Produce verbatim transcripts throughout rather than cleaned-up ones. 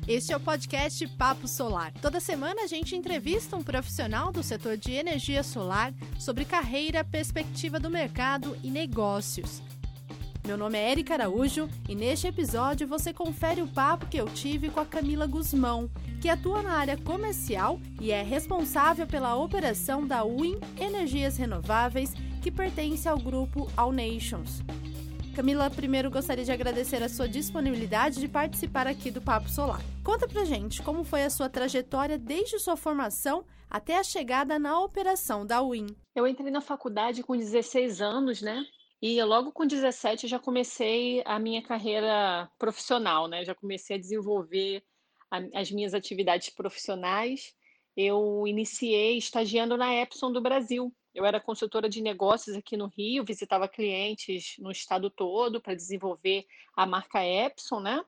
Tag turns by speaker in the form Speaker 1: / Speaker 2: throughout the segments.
Speaker 1: Este é o podcast Papo Solar. Toda semana a gente entrevista um profissional do setor de energia solar sobre carreira, perspectiva do mercado e negócios. Meu nome é Érica Araújo e neste episódio você confere o papo que eu tive com a Camila Guzmão, que atua na área comercial e é responsável pela operação da Win Energias Renováveis, que pertence ao grupo All Nations. Camila, primeiro gostaria de agradecer a sua disponibilidade de participar aqui do Papo Solar. Conta pra gente como foi a sua trajetória desde sua formação até a chegada na operação da Win.
Speaker 2: Eu entrei na faculdade com dezesseis anos, né? E logo com dezessete eu já comecei a minha carreira profissional, né? Já comecei a desenvolver a, as minhas atividades profissionais. Eu iniciei estagiando na Epson do Brasil. Eu era consultora de negócios aqui no Rio, visitava clientes no estado todo para desenvolver a marca Epson, né?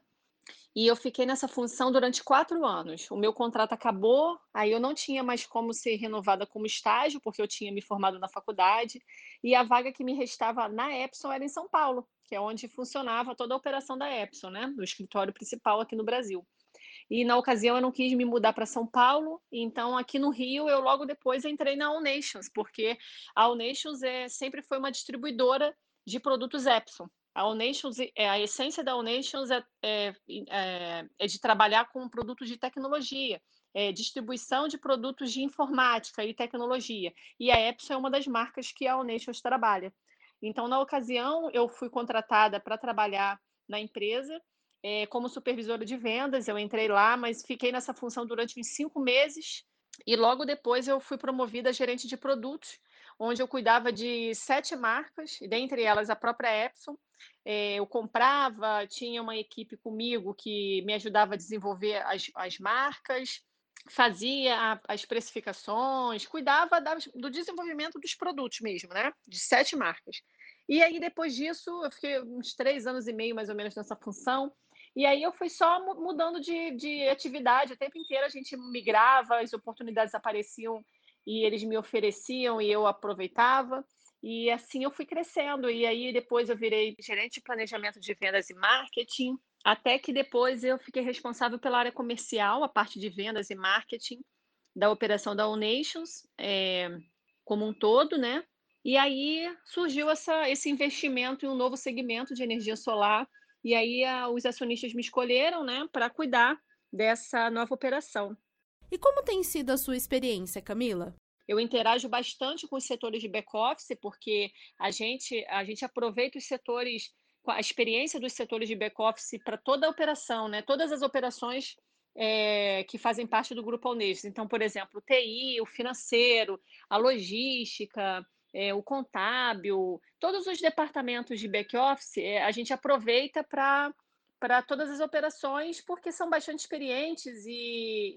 Speaker 2: E eu fiquei nessa função durante quatro anos. O meu contrato acabou, aí eu não tinha mais como ser renovada como estágio, porque eu tinha me formado na faculdade, e a vaga que me restava na Epson era em São Paulo, que é onde funcionava toda a operação da Epson, né? No escritório principal aqui no Brasil. E na ocasião eu não quis me mudar para São Paulo, então aqui no Rio eu logo depois entrei na All Nations, porque a All Nations é, sempre foi uma distribuidora de produtos Epson. A All Nations, é, a essência da All Nations é, é, é, é de trabalhar com produtos de tecnologia, é, distribuição de produtos de informática e tecnologia. E a Epson é uma das marcas que a All Nations trabalha. Então, na ocasião, eu fui contratada para trabalhar na empresa, é, como supervisora de vendas. Eu entrei lá, mas fiquei nessa função durante uns cinco meses e logo depois eu fui promovida a gerente de produtos, onde eu cuidava de sete marcas, dentre elas a própria Epson. É, eu comprava, tinha uma equipe comigo que me ajudava a desenvolver as, as marcas, fazia a, as precificações, cuidava da, do desenvolvimento dos produtos mesmo, né? De sete marcas. E aí, depois disso, eu fiquei uns três anos e meio, mais ou menos, nessa função. E aí eu fui só mudando de, de atividade, o tempo inteiro a gente migrava, as oportunidades apareciam e eles me ofereciam e eu aproveitava. E assim eu fui crescendo. E aí depois eu virei gerente de planejamento de vendas e marketing, até que depois eu fiquei responsável pela área comercial, a parte de vendas e marketing da operação da All Nations, é, como um todo, né? E aí surgiu essa, esse investimento em um novo segmento de energia solar. E aí a, os acionistas me escolheram, né, para cuidar dessa nova operação.
Speaker 1: E como tem sido a sua experiência, Camila?
Speaker 2: Eu interajo bastante com os setores de back-office, porque a gente, a gente aproveita os setores, a experiência dos setores de back-office para toda a operação, né? Todas as operações é, que fazem parte do Grupo All Nations. Então, por exemplo, o T I, o financeiro, a logística, é, o contábil, todos os departamentos de back-office, é, a gente aproveita para para todas as operações, porque são bastante experientes e,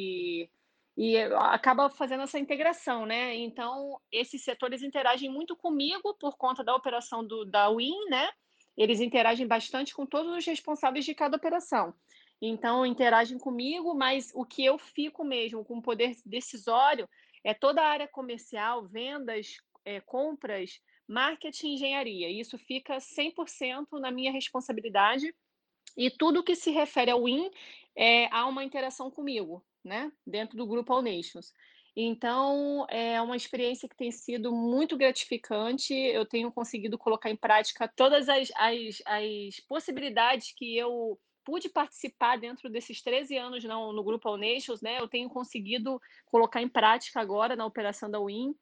Speaker 2: e e acaba fazendo essa integração, né? Então, esses setores interagem muito comigo por conta da operação do, da Win, né? Eles interagem bastante com todos os responsáveis de cada operação. Então, interagem comigo, mas o que eu fico mesmo com poder decisório é toda a área comercial, vendas, é, compras, marketing e engenharia. Isso fica cem por cento na minha responsabilidade e tudo que se refere ao Win, é, há uma interação comigo, né? Dentro do grupo All Nations. Então, é uma experiência que tem sido muito gratificante. Eu tenho conseguido colocar em prática todas as, as, as possibilidades que eu pude participar dentro desses treze anos no, no grupo All Nations, né? Eu tenho conseguido colocar em prática agora na operação da Win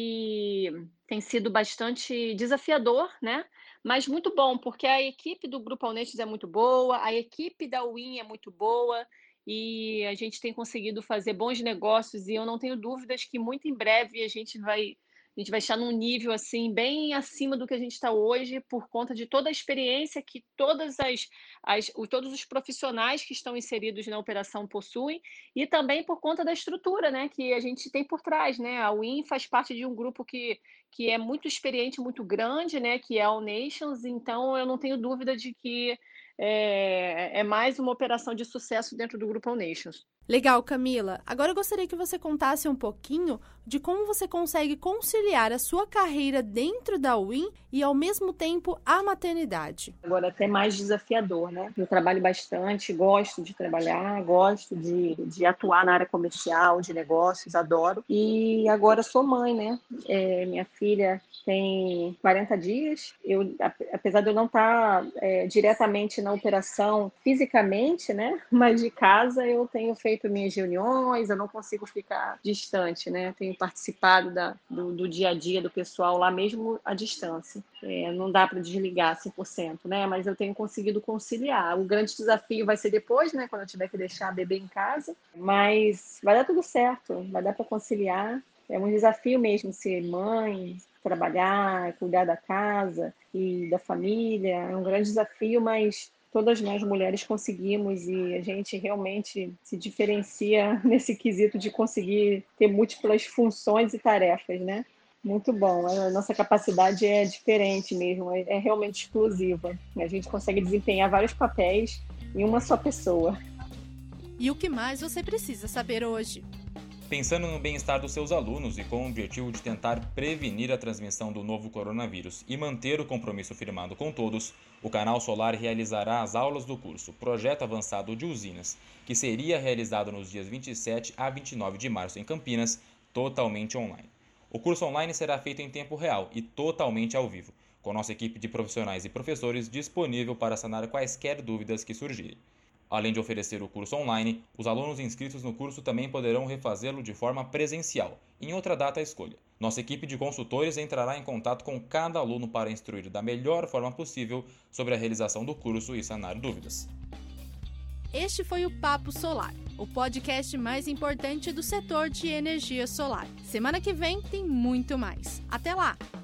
Speaker 2: e tem sido bastante desafiador, né? Mas muito bom, porque a equipe do Grupo All Nations é muito boa, a equipe da Win é muito boa e a gente tem conseguido fazer bons negócios e eu não tenho dúvidas que muito em breve a gente vai, a gente vai estar num nível assim bem acima do que a gente está hoje por conta de toda a experiência que todas as, as, todos os profissionais que estão inseridos na operação possuem e também por conta da estrutura, né, que a gente tem por trás, né? A Win faz parte de um grupo que que é muito experiente, muito grande, né, que é a All Nations, então eu não tenho dúvida de que é, é mais uma operação de sucesso dentro do Grupo Allnations.
Speaker 1: Legal, Camila. Agora eu gostaria que você contasse um pouquinho de como você consegue conciliar a sua carreira dentro da U I N e, ao mesmo tempo, a maternidade.
Speaker 2: Agora até mais desafiador, né? Eu trabalho bastante, gosto de trabalhar, gosto de, de atuar na área comercial, de negócios, adoro. E agora sou mãe, né? É, minha filha tem quarenta dias. Eu, apesar de eu não estar é, diretamente na operação fisicamente, né? Mas de casa eu tenho feito minhas reuniões, eu não consigo ficar distante, né? Tenho participado da, do, do dia a dia do pessoal lá mesmo à distância. É, não dá para desligar cem por cento, né? Mas eu tenho conseguido conciliar. O grande desafio vai ser depois, né? Quando eu tiver que deixar a bebê em casa. Mas vai dar tudo certo, vai dar para conciliar. É um desafio mesmo ser mãe, trabalhar, cuidar da casa e da família. É um grande desafio, mas todas nós mulheres conseguimos e a gente realmente se diferencia nesse quesito de conseguir ter múltiplas funções e tarefas, né? Muito bom, a nossa capacidade é diferente mesmo, é realmente exclusiva. A gente consegue desempenhar vários papéis em uma só pessoa.
Speaker 1: E o que mais você precisa saber hoje?
Speaker 3: Pensando no bem-estar dos seus alunos e com o objetivo de tentar prevenir a transmissão do novo coronavírus e manter o compromisso firmado com todos, o Canal Solar realizará as aulas do curso Projeto Avançado de Usinas, que seria realizado nos dias vinte e sete a vinte e nove de março em Campinas, totalmente online. O curso online será feito em tempo real e totalmente ao vivo, com nossa equipe de profissionais e professores disponível para sanar quaisquer dúvidas que surgirem. Além de oferecer o curso online, os alunos inscritos no curso também poderão refazê-lo de forma presencial, em outra data à escolha. Nossa equipe de consultores entrará em contato com cada aluno para instruir da melhor forma possível sobre a realização do curso e sanar dúvidas.
Speaker 1: Este foi o Papo Solar, o podcast mais importante do setor de energia solar. Semana que vem tem muito mais. Até lá!